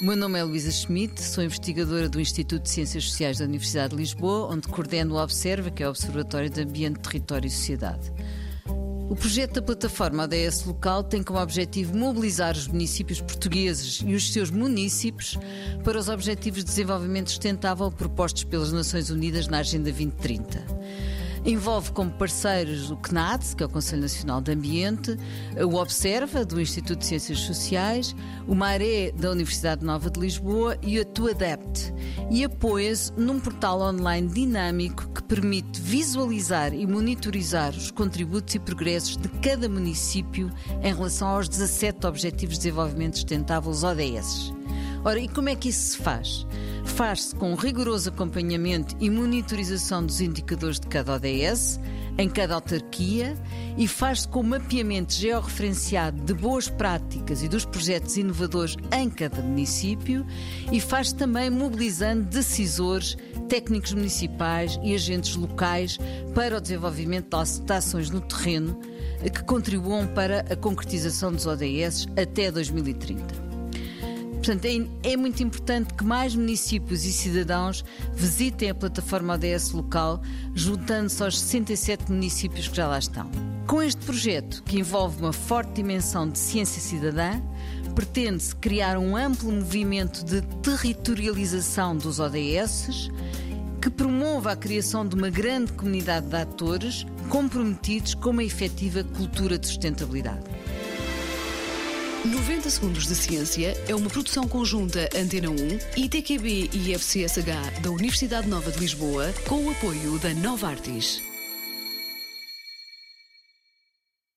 O meu nome é Luísa Schmidt, sou investigadora do Instituto de Ciências Sociais da Universidade de Lisboa, onde coordeno o Observa, que é o Observatório de Ambiente, Território e Sociedade. O projeto da plataforma ODS Local tem como objetivo mobilizar os municípios portugueses e os seus munícipes para os Objetivos de Desenvolvimento Sustentável propostos pelas Nações Unidas na Agenda 2030. Envolve como parceiros o CNAD, que é o Conselho Nacional de Ambiente, o Observa, do Instituto de Ciências Sociais, o MARE, da Universidade Nova de Lisboa e a TUADEPT, e apoia-se num portal online dinâmico que permite visualizar e monitorizar os contributos e progressos de cada município em relação aos 17 Objetivos de Desenvolvimento Sustentáveis ODS. Ora, e como é que isso se faz? Faz-se com rigoroso acompanhamento e monitorização dos indicadores de cada ODS, em cada autarquia, e faz-se com mapeamento georreferenciado de boas práticas e dos projetos inovadores em cada município, e faz-se também mobilizando decisores, técnicos municipais e agentes locais para o desenvolvimento de ações no terreno que contribuam para a concretização dos ODS até 2030. Portanto, é muito importante que mais municípios e cidadãos visitem a plataforma ODS Local, juntando-se aos 67 municípios que já lá estão. Com este projeto, que envolve uma forte dimensão de ciência cidadã, pretende-se criar um amplo movimento de territorialização dos ODS, que promova a criação de uma grande comunidade de atores comprometidos com uma efetiva cultura de sustentabilidade. 90 Segundos de Ciência é uma produção conjunta Antena 1, ITQB e FCSH da Universidade Nova de Lisboa, com o apoio da Novartis.